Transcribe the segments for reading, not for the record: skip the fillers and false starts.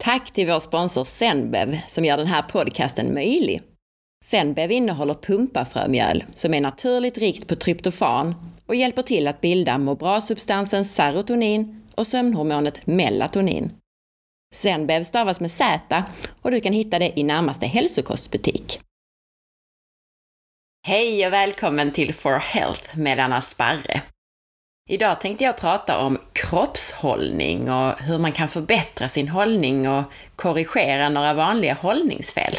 Tack till vår sponsor Zenbev som gör den här podcasten möjlig. Zenbev innehåller pumpafrömjöl som är naturligt rikt på tryptofan och hjälper till att bilda må bra-substansen serotonin och sömnhormonet melatonin. Zenbev stavas med Z och du kan hitta det i närmaste hälsokostbutik. Hej och välkommen till For Health med Anna Sparre. Idag tänkte jag prata om kroppshållning och hur man kan förbättra sin hållning och korrigera några vanliga hållningsfel.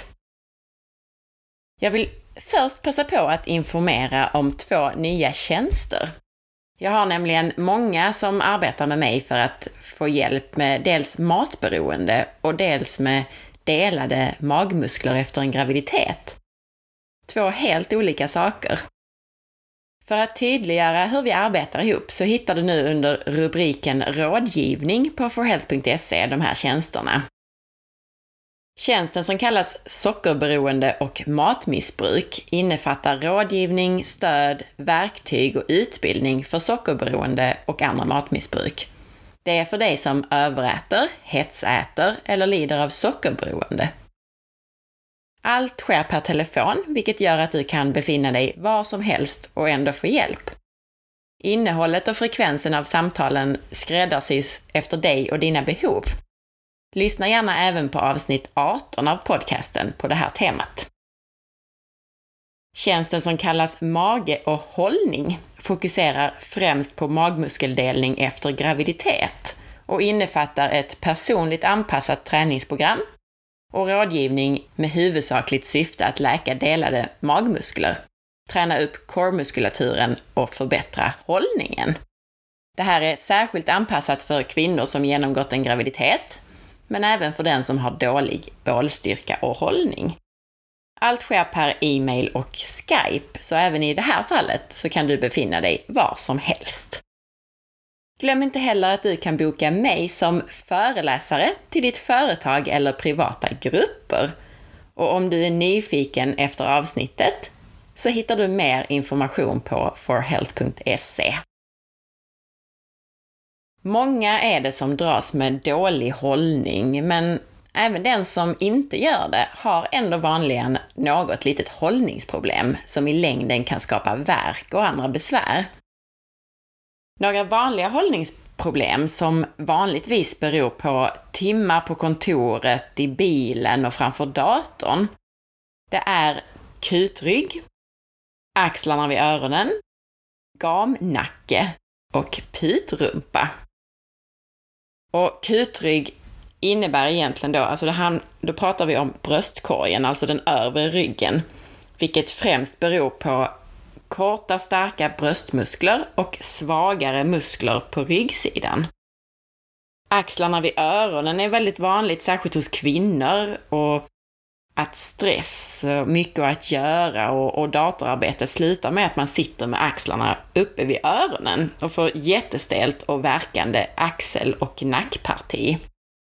Jag vill först passa på att informera om 2 nya tjänster. Jag har nämligen många som arbetar med mig för att få hjälp med dels matberoende och dels med delade magmuskler efter en graviditet. 2 helt olika saker. För att tydliggöra hur vi arbetar ihop så hittar du nu under rubriken rådgivning på forhealth.se de här tjänsterna. Tjänsten som kallas sockerberoende och matmissbruk innefattar rådgivning, stöd, verktyg och utbildning för sockerberoende och andra matmissbruk. Det är för dig som överäter, hetsäter eller lider av sockerberoende. Allt sker per telefon, vilket gör att du kan befinna dig var som helst och ändå få hjälp. Innehållet och frekvensen av samtalen skräddarsys efter dig och dina behov. Lyssna gärna även på avsnitt 18 av podcasten på det här temat. Tjänsten som kallas mage och hållning fokuserar främst på magmuskeldelning efter graviditet och innefattar ett personligt anpassat träningsprogram och rådgivning med huvudsakligt syfte att läka delade magmuskler, träna upp core-muskulaturen och förbättra hållningen. Det här är särskilt anpassat för kvinnor som genomgått en graviditet, men även för den som har dålig bålstyrka och hållning. Allt sker per e-mail och Skype, så även i det här fallet så kan du befinna dig var som helst. Glöm inte heller att du kan boka mig som föreläsare till ditt företag eller privata grupper. Och om du är nyfiken efter avsnittet så hittar du mer information på forhealth.se. Många är det som dras med dålig hållning, men även den som inte gör det har ändå vanligen något litet hållningsproblem som i längden kan skapa värk och andra besvär. Några vanliga hållningsproblem som vanligtvis beror på timmar på kontoret, i bilen och framför datorn, det är kutrygg, axlarna vid öronen, gamnacke och pytrumpa. Och kutrygg innebär egentligen då pratar vi om bröstkorgen, alltså den övre ryggen, vilket främst beror på korta starka bröstmuskler och svagare muskler på ryggsidan. Axlarna vid öronen är väldigt vanligt, särskilt hos kvinnor, och att stress, mycket att göra och datorarbete slutar med att man sitter med axlarna uppe vid öronen och får jättestelt och verkande axel- och nackparti.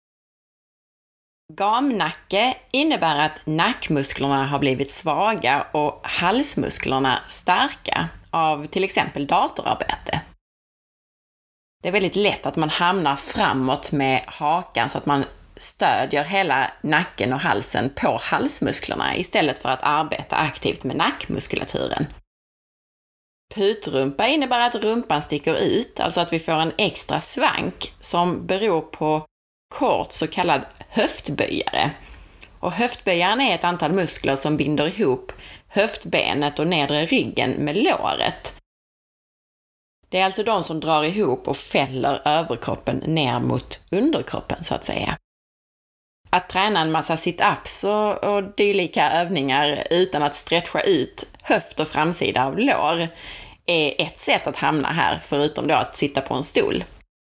Gamnacke innebär att nackmusklerna har blivit svaga och halsmusklerna starka av till exempel datorarbete. Det är väldigt lätt att man hamnar framåt med hakan så att man stödjer hela nacken och halsen på halsmusklerna istället för att arbeta aktivt med nackmuskulaturen. Pytrumpa innebär att rumpan sticker ut, alltså att vi får en extra svank som beror på kort så kallad höftböjare. Och höftböjaren är ett antal muskler som binder ihop höftbenet och nedre ryggen med låret. Det är alltså de som drar ihop och fäller överkroppen ner mot underkroppen så att säga. Att träna en massa sit-ups och dylika övningar utan att stretcha ut höft och framsida av lår är ett sätt att hamna här, förutom då att sitta på en stol.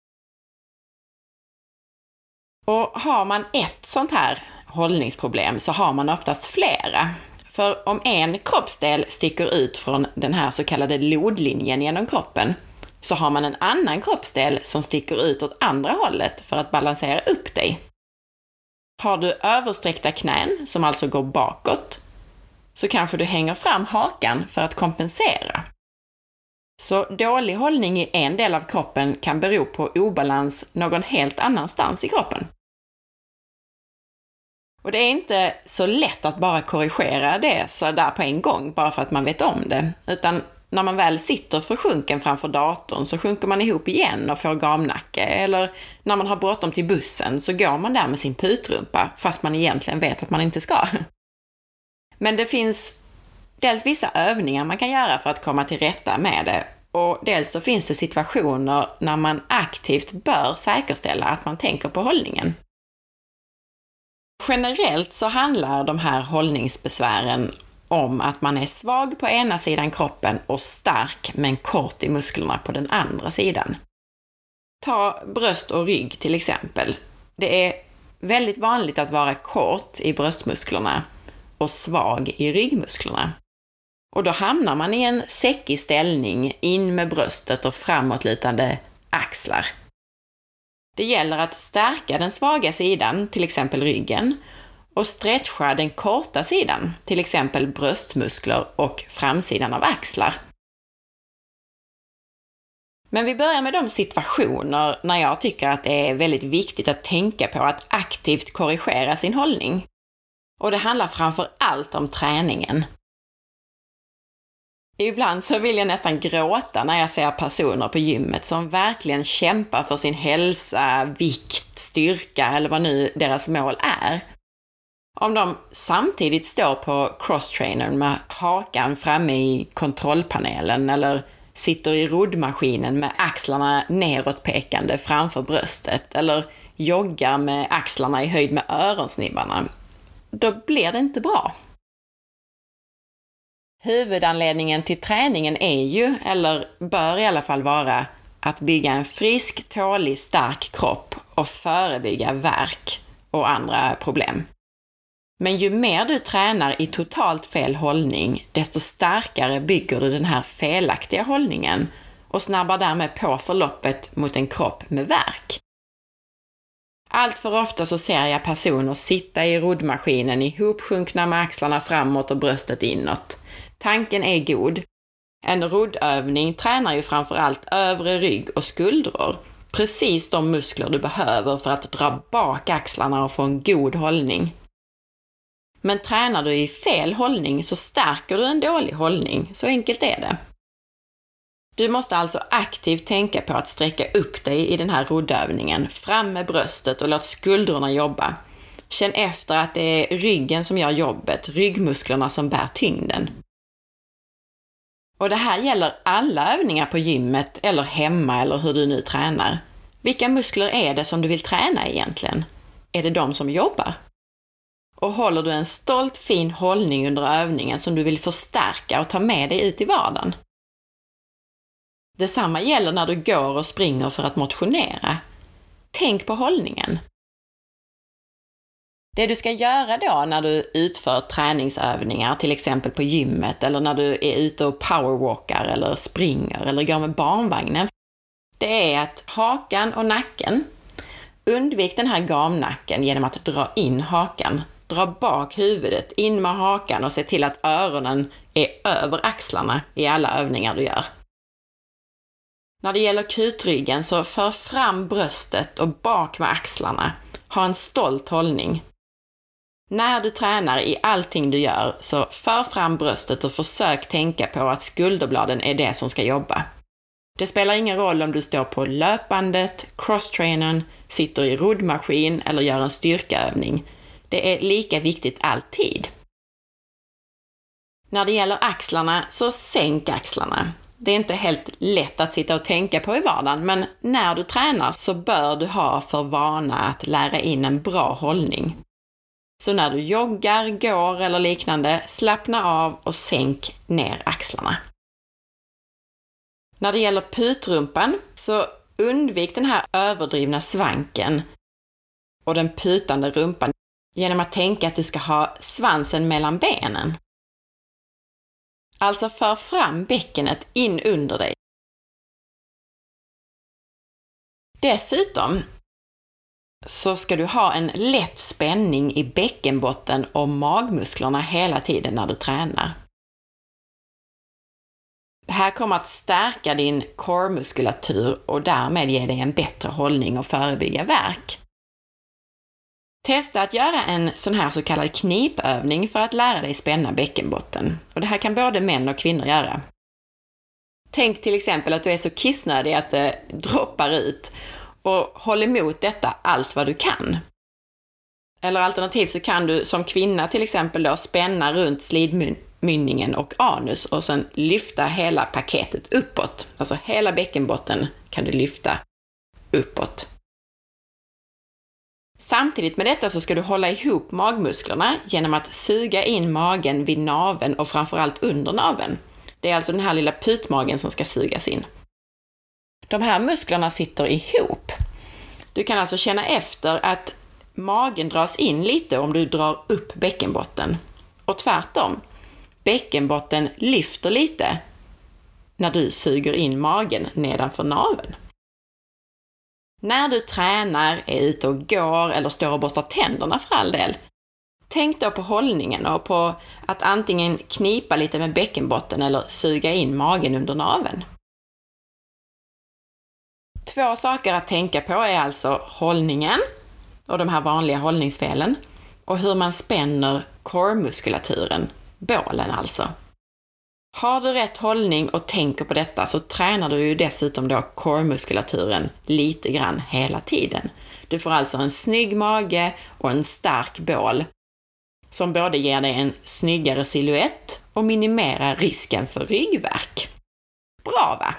Och har man ett sånt här hållningsproblem så har man oftast flera. För om en kroppsdel sticker ut från den här så kallade lodlinjen genom kroppen så har man en annan kroppsdel som sticker ut åt andra hållet för att balansera upp dig. Har du översträckta knän som alltså går bakåt så kanske du hänger fram hakan för att kompensera. Så dålig hållning i en del av kroppen kan bero på obalans någon helt annanstans i kroppen. Och det är inte så lätt att bara korrigera det så där på en gång, bara för att man vet om det. Utan när man väl sitter försjunken framför datorn så sjunker man ihop igen och får gamnacke. Eller när man har bråttom till bussen så går man där med sin putrumpa, fast man egentligen vet att man inte ska. Men det finns dels vissa övningar man kan göra för att komma till rätta med det. Och dels så finns det situationer när man aktivt bör säkerställa att man tänker på hållningen. Generellt så handlar de här hållningsbesvären om att man är svag på ena sidan kroppen och stark men kort i musklerna på den andra sidan. Ta bröst och rygg till exempel. Det är väldigt vanligt att vara kort i bröstmusklerna och svag i ryggmusklerna. Och då hamnar man i en säckig ställning in med bröstet och framåtlutande axlar. Det gäller att stärka den svaga sidan, till exempel ryggen, och stretcha den korta sidan, till exempel bröstmuskler och framsidan av axlar. Men vi börjar med de situationer när jag tycker att det är väldigt viktigt att tänka på att aktivt korrigera sin hållning. Och det handlar framför allt om träningen. Ibland så vill jag nästan gråta när jag ser personer på gymmet som verkligen kämpar för sin hälsa, vikt, styrka eller vad nu deras mål är. Om de samtidigt står på crosstrainern med hakan framme i kontrollpanelen eller sitter i roddmaskinen med axlarna neråtpekande framför bröstet eller joggar med axlarna i höjd med öronsnibbarna, då blir det inte bra. Huvudanledningen till träningen är ju, eller bör i alla fall vara, att bygga en frisk, tålig, stark kropp och förebygga värk och andra problem. Men ju mer du tränar i totalt fel hållning, desto starkare bygger du den här felaktiga hållningen och snabbar därmed på förloppet mot en kropp med värk. Allt för ofta så ser jag personer sitta i roddmaskinen ihopsjunkna med axlarna framåt och bröstet inåt. Tanken är god. En roddövning tränar ju framförallt övre rygg och skuldror. Precis de muskler du behöver för att dra bak axlarna och få en god hållning. Men tränar du i fel hållning så stärker du en dålig hållning. Så enkelt är det. Du måste alltså aktivt tänka på att sträcka upp dig i den här roddövningen, fram med bröstet och låt skuldrorna jobba. Känn efter att det är ryggen som gör jobbet, ryggmusklerna som bär tyngden. Och det här gäller alla övningar på gymmet eller hemma eller hur du nu tränar. Vilka muskler är det som du vill träna egentligen? Är det de som jobbar? Och håller du en stolt fin hållning under övningen som du vill förstärka och ta med dig ut i vardagen? Detsamma gäller när du går och springer för att motionera. Tänk på hållningen. Det du ska göra då när du utför träningsövningar, till exempel på gymmet eller när du är ute och powerwalkar eller springer eller går med barnvagnen, det är att hakan och nacken, undvik den här gamnacken genom att dra in hakan. Dra bak huvudet, in med hakan och se till att öronen är över axlarna i alla övningar du gör. När det gäller kutryggen så för fram bröstet och bak med axlarna. Ha en stolt hållning. När du tränar i allting du gör så för fram bröstet och försök tänka på att skulderbladen är det som ska jobba. Det spelar ingen roll om du står på löpbandet, crosstrainern, sitter i roddmaskin eller gör en styrkaövning. Det är lika viktigt alltid. När det gäller axlarna så sänk axlarna. Det är inte helt lätt att sitta och tänka på i vardagen, men när du tränar så bör du ha för vana att lära in en bra hållning. Så när du joggar, går eller liknande, slappna av och sänk ner axlarna. När det gäller putrumpan så undvik den här överdrivna svanken och den putande rumpan genom att tänka att du ska ha svansen mellan benen. Alltså för fram bäckenet in under dig. Dessutom så ska du ha en lätt spänning i bäckenbotten och magmusklerna hela tiden när du tränar. Det här kommer att stärka din core-muskulatur och därmed ge dig en bättre hållning och förebygga värk. Testa att göra en sån här så kallad knipövning för att lära dig spänna bäckenbotten. Och det här kan både män och kvinnor göra. Tänk till exempel att du är så kissnödig att det droppar ut och håll emot detta allt vad du kan. Eller alternativt så kan du som kvinna till exempel då spänna runt slidmynningen och anus och sen lyfta hela paketet uppåt. Alltså hela bäckenbotten kan du lyfta uppåt. Samtidigt med detta så ska du hålla ihop magmusklerna genom att suga in magen vid naveln och framförallt under naveln. Det är alltså den här lilla putmagen som ska sugas in. De här musklerna sitter ihop. Du kan alltså känna efter att magen dras in lite om du drar upp bäckenbotten. Och tvärtom, bäckenbotten lyfter lite när du suger in magen nedanför naveln. När du tränar, är ute och går eller står och borstar tänderna för all del, tänk då på hållningen och på att antingen knipa lite med bäckenbotten eller suga in magen under naveln. 2 saker att tänka på är alltså hållningen och de här vanliga hållningsfelen och hur man spänner core-muskulaturen, bålen alltså. Har du rätt hållning och tänker på detta så tränar du ju dessutom då core-muskulaturen lite grann hela tiden. Du får alltså en snygg mage och en stark bål som både ger dig en snyggare silhuett och minimerar risken för ryggvärk. Bra va?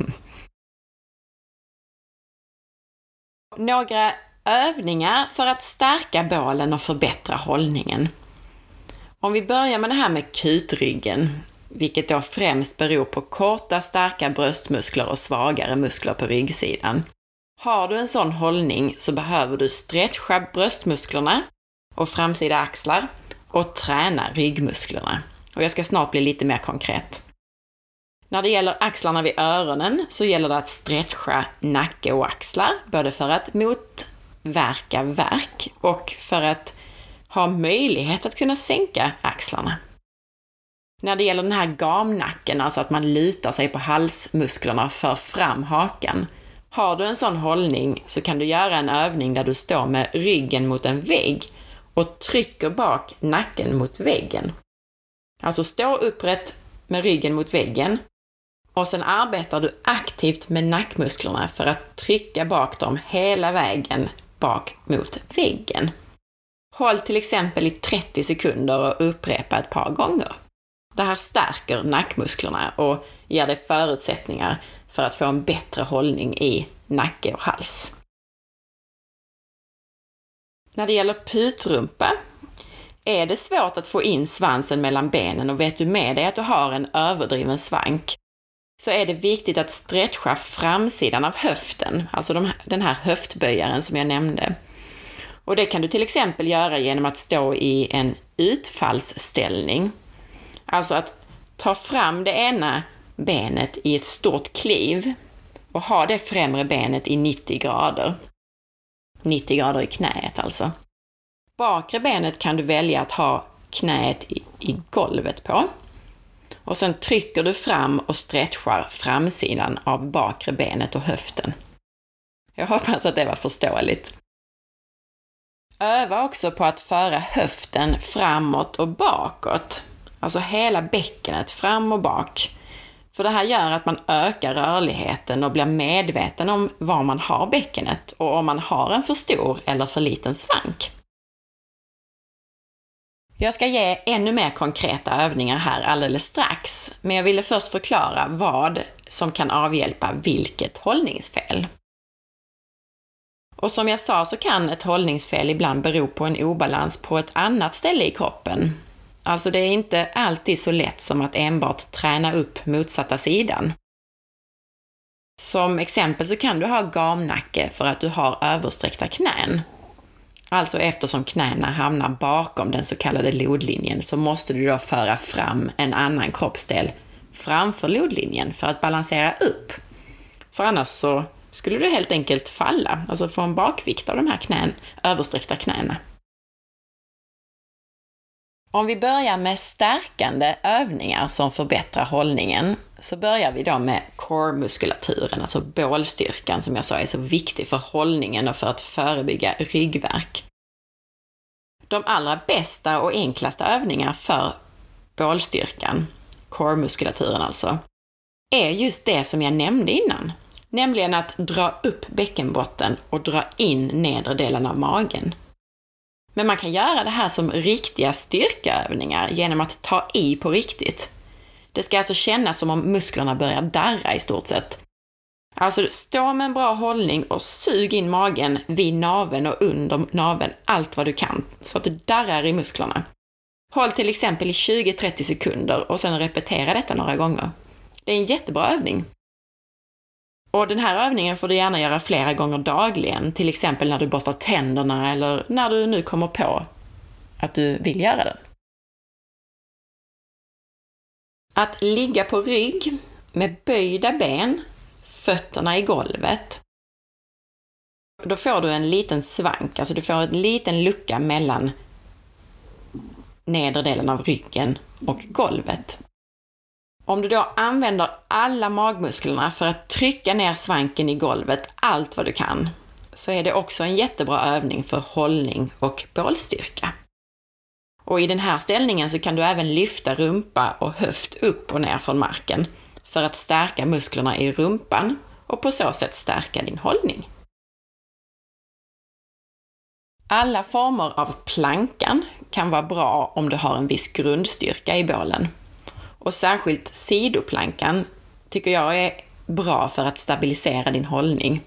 Några övningar för att stärka bålen och förbättra hållningen. Om vi börjar med det här med kutryggen, vilket då främst beror på korta, starka bröstmuskler och svagare muskler på ryggsidan. Har du en sån hållning så behöver du stretcha bröstmusklerna och framsida axlar och träna ryggmusklerna. Och jag ska snart bli lite mer konkret. När det gäller axlarna vid öronen så gäller det att stretcha nacke och axlar, både för att motverka värk och för att ha möjlighet att kunna sänka axlarna. När det gäller den här gamnacken, alltså att man lutar sig på halsmusklerna för fram hakan. Har du en sån hållning så kan du göra en övning där du står med ryggen mot en vägg och trycker bak nacken mot väggen. Alltså stå upprätt med ryggen mot väggen och sen arbetar du aktivt med nackmusklerna för att trycka bak dem hela vägen bak mot väggen. Håll till exempel i 30 sekunder och upprepa ett par gånger. Det här stärker nackmusklerna och ger dig förutsättningar för att få en bättre hållning i nacke och hals. När det gäller putrumpa är det svårt att få in svansen mellan benen och vet du med dig att du har en överdriven svank så är det viktigt att stretcha framsidan av höften, alltså den här höftböjaren som jag nämnde. Och det kan du till exempel göra genom att stå i en utfallsställning. Alltså att ta fram det ena benet i ett stort kliv och ha det främre benet i 90 grader. 90 grader i knät alltså. Bakre benet kan du välja att ha knät i golvet på. Och sen trycker du fram och stretchar framsidan av bakre benet och höften. Jag hoppas att det var förståeligt. Öva också på att föra höften framåt och bakåt. Alltså hela bäckenet fram och bak. För det här gör att man ökar rörligheten och blir medveten om var man har bäckenet och om man har en för stor eller för liten svank. Jag ska ge ännu mer konkreta övningar här alldeles strax, men jag ville först förklara vad som kan avhjälpa vilket hållningsfel. Och som jag sa så kan ett hållningsfel ibland bero på en obalans på ett annat ställe i kroppen. Alltså det är inte alltid så lätt som att enbart träna upp motsatta sidan. Som exempel så kan du ha gamnacke för att du har översträckta knän. Alltså eftersom knäna hamnar bakom den så kallade lodlinjen så måste du då föra fram en annan kroppsdel framför lodlinjen för att balansera upp. För annars så skulle du helt enkelt falla, alltså få en bakvikt av de här översträckta knäna. Om vi börjar med stärkande övningar som förbättrar hållningen så börjar vi då med core-muskulaturen, alltså bålstyrkan som jag sa är så viktig för hållningen och för att förebygga ryggvärk. De allra bästa och enklaste övningar för bålstyrkan, core-muskulaturen alltså, är just det som jag nämnde innan. Nämligen att dra upp bäckenbotten och dra in nedre delen av magen. Men man kan göra det här som riktiga styrkeövningar genom att ta i på riktigt. Det ska alltså kännas som om musklerna börjar darra i stort sett. Alltså stå med en bra hållning och sug in magen vid naveln och under naveln allt vad du kan så att det darrar i musklerna. Håll till exempel i 20-30 sekunder och sen repetera detta några gånger. Det är en jättebra övning. Och den här övningen får du gärna göra flera gånger dagligen, till exempel när du borstar tänderna eller när du nu kommer på att du vill göra den. Att ligga på rygg med böjda ben, fötterna i golvet. Då får du en liten svank, alltså du får en liten lucka mellan nedre delen av ryggen och golvet. Om du då använder alla magmusklerna för att trycka ner svanken i golvet allt vad du kan, så är det också en jättebra övning för hållning och bålstyrka. Och i den här ställningen så kan du även lyfta rumpa och höft upp och ner från marken för att stärka musklerna i rumpan och på så sätt stärka din hållning. Alla former av plankan kan vara bra om du har en viss grundstyrka i bålen. Och särskilt sidoplankan tycker jag är bra för att stabilisera din hållning.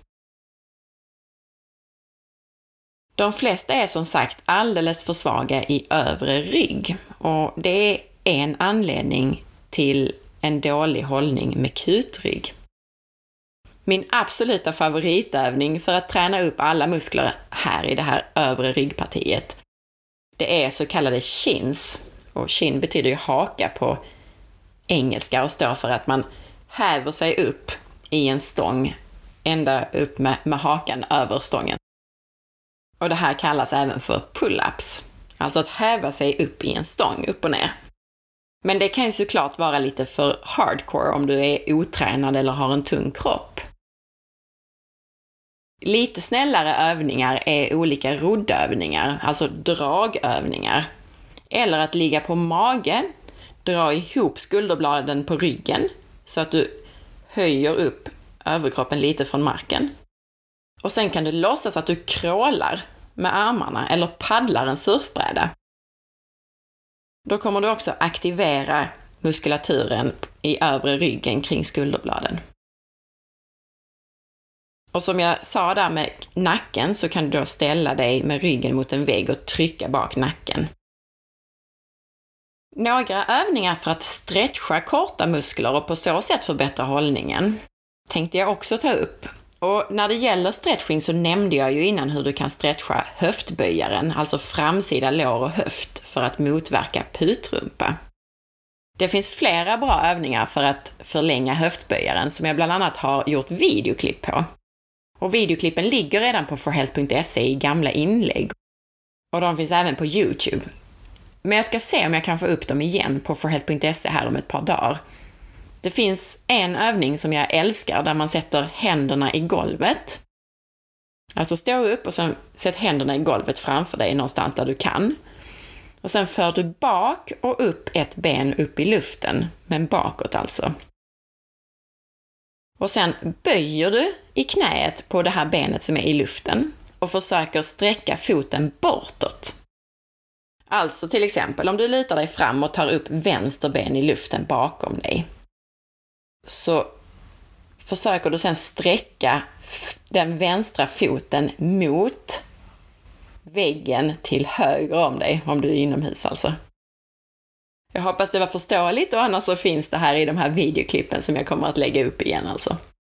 De flesta är som sagt alldeles för svaga i övre rygg och det är en anledning till en dålig hållning med kutrygg. Min absoluta favoritövning för att träna upp alla muskler här i det här övre ryggpartiet, det är så kallade chins. Och chin betyder ju haka på engelska och står för att man häver sig upp i en stång ända upp med hakan över stången. Och det här kallas även för pull-ups, alltså att häva sig upp i en stång, upp och ner. Men det kan ju såklart vara lite för hardcore om du är otränad eller har en tung kropp. Lite snällare övningar är olika roddövningar, alltså dragövningar. Eller att ligga på mage, dra ihop skulderbladen på ryggen så att du höjer upp överkroppen lite från marken. Och sen kan du låtsas att du crawlar med armarna eller paddlar en surfbräda. Då kommer du också aktivera muskulaturen i övre ryggen kring skulderbladen. Och som jag sa där med nacken så kan du då ställa dig med ryggen mot en vägg och trycka bak nacken. Några övningar för att stretcha korta muskler och på så sätt förbättra hållningen tänkte jag också ta upp. Och när det gäller stretching så nämnde jag ju innan hur du kan stretcha höftböjaren, alltså framsida lår och höft, för att motverka putrumpa. Det finns flera bra övningar för att förlänga höftböjaren som jag bland annat har gjort videoklipp på. Och videoklippen ligger redan på forhealth.se i gamla inlägg. Och de finns även på YouTube. Men jag ska se om jag kan få upp dem igen på forhealth.se här om ett par dagar. Det finns en övning som jag älskar där man sätter händerna i golvet. Alltså stå upp och sen sätt händerna i golvet framför dig någonstans där du kan. Och sen för du bak och upp ett ben upp i luften, men bakåt alltså. Och sen böjer du i knät på det här benet som är i luften och försöker sträcka foten bortåt. Alltså till exempel om du lutar dig fram och tar upp vänster ben i luften bakom dig, så försöker du sen sträcka den vänstra foten mot väggen till höger om dig, om du är inomhus alltså. Jag hoppas det var förståeligt och annars så finns det här i de här videoklippen som jag kommer att lägga upp igen alltså.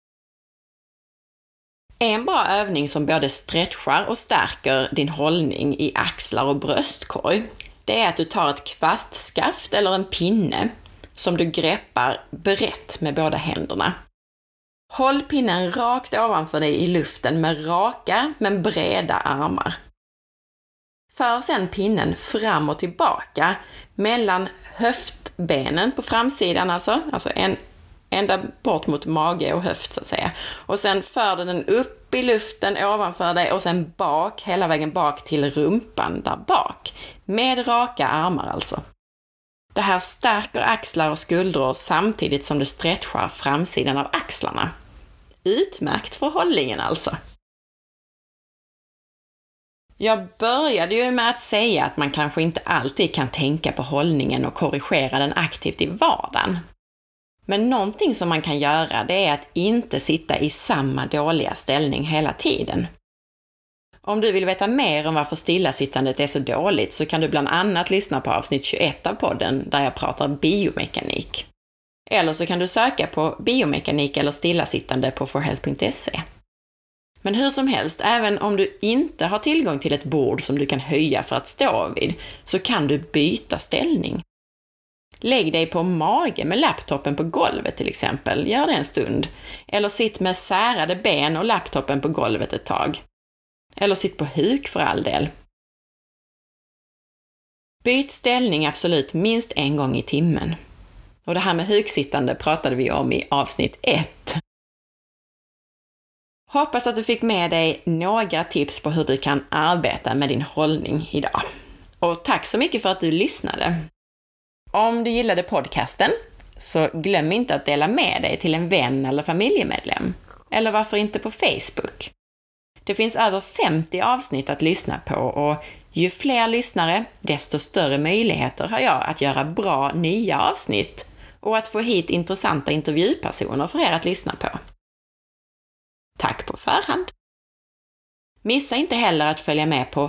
En bra övning som både stretchar och stärker din hållning i axlar och bröstkorg, det är att du tar ett kvastskaft eller en pinne som du greppar brett med båda händerna. Håll pinnen rakt ovanför dig i luften med raka men breda armar. För sedan pinnen fram och tillbaka mellan höftbenen på framsidan, alltså ända bort mot mage och höft så att säga. Och sen för den upp i luften ovanför dig och sen bak, hela vägen bak till rumpan där bak. Med raka armar alltså. Det här stärker axlar och skuldror samtidigt som det stretchar framsidan av axlarna. Utmärkt för hållningen alltså. Jag började ju med att säga att man kanske inte alltid kan tänka på hållningen och korrigera den aktivt i vardagen. Men någonting som man kan göra det är att inte sitta i samma dåliga ställning hela tiden. Om du vill veta mer om varför stillasittandet är så dåligt så kan du bland annat lyssna på avsnitt 21 av podden där jag pratar biomekanik. Eller så kan du söka på biomekanik eller stillasittande på forhealth.se. Men hur som helst, även om du inte har tillgång till ett bord som du kan höja för att stå vid, så kan du byta ställning. Lägg dig på mage med laptopen på golvet till exempel, gör det en stund. Eller sitt med särade ben och laptopen på golvet ett tag. Eller sitt på huk för all del. Byt ställning absolut minst en gång i timmen. Och det här med huksittande pratade vi om i avsnitt 1. Hoppas att du fick med dig några tips på hur du kan arbeta med din hållning idag. Och tack så mycket för att du lyssnade. Om du gillade podcasten så glöm inte att dela med dig till en vän eller familjemedlem. Eller varför inte på Facebook. Det finns över 50 avsnitt att lyssna på och ju fler lyssnare, desto större möjligheter har jag att göra bra nya avsnitt och att få hit intressanta intervjupersoner för er att lyssna på. Tack på förhand! Missa inte heller att följa med på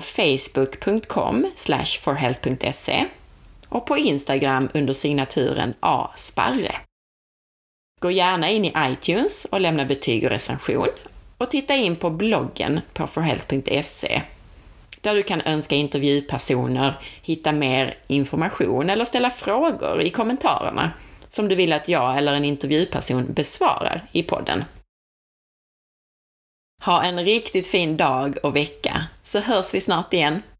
facebook.com/forhealth.se och på Instagram under signaturen asparre. Gå gärna in i iTunes och lämna betyg och recension och titta in på bloggen på forhealth.se där du kan önska intervjupersoner, hitta mer information eller ställa frågor i kommentarerna som du vill att jag eller en intervjuperson besvarar i podden. Ha en riktigt fin dag och vecka, så hörs vi snart igen.